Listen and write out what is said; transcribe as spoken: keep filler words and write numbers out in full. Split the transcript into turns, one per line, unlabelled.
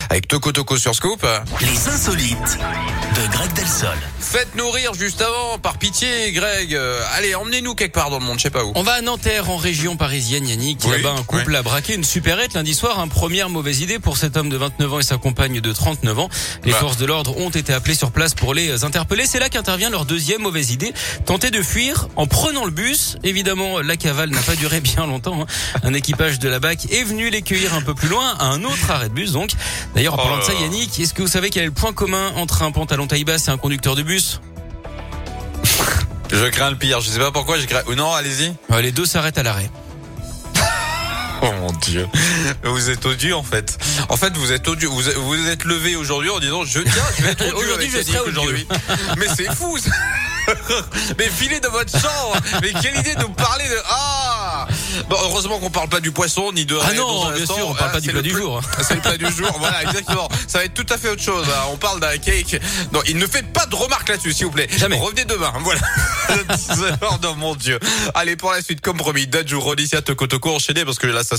avec Toko Toko sur Scoop.
Les insolites de Greg Delsol.
Faites-nous rire juste avant, par pitié, Greg. Euh, allez, emmenez-nous quelque part dans le monde, je sais pas où.
On va à Nanterre, en région parisienne, Yannick.
Oui,
Là-bas, un couple
oui.
a braqué une supérette lundi soir. Une première mauvaise idée pour cet homme de vingt-neuf ans et sa compagne de trente-neuf ans. Les
Bah.
forces de l'ordre ont été appelées sur place pour les interpeller. C'est là qu'intervient leur deuxième mauvaise idée. Tenter de fuir en prenant le bus. Évidemment, la cavale n'a pas duré bien longtemps. Hein. Un équipage de la B A C est venu les cueillir un peu plus loin, à un autre arrêt de bus donc. D'ailleurs, en
Oh
parlant
là
de ça,
là.
Yannick, est-ce que vous savez quel est le point commun entre un pantalon taille basse et un conducteur de bus?
Je crains le pire, je sais pas pourquoi, je crains... Ou non, allez-y.
Ouais, les deux s'arrêtent à l'arrêt.
Oh mon Dieu. Vous êtes odieux en fait. En fait, vous êtes odieux. Vous vous êtes levé aujourd'hui en disant je tiens, je vais être odieux
Aujourd'hui,
avec
je
Yannick
serai odieux.
aujourd'hui. Mais c'est fou. Ça. Mais filez dans votre chambre. Mais quelle idée de nous parler de ah. Bon, heureusement qu'on parle pas du poisson ni de
Ah
dans
non,
un
bien
instant.
sûr, on parle
Ah,
pas du
c'est
plat
le
du
pl-
jour.
C'est le plat du jour. Voilà, exactement. Ça va être tout à fait autre chose. On parle d'un cake. Non, il ne fait pas de remarques là-dessus, s'il vous plaît.
Jamais.
Revenez demain. Voilà. dix heures, non, mon Dieu. Allez, pour la suite, comme promis, Dadju, Rodicia, Toko Toko, enchaîné parce que là, ça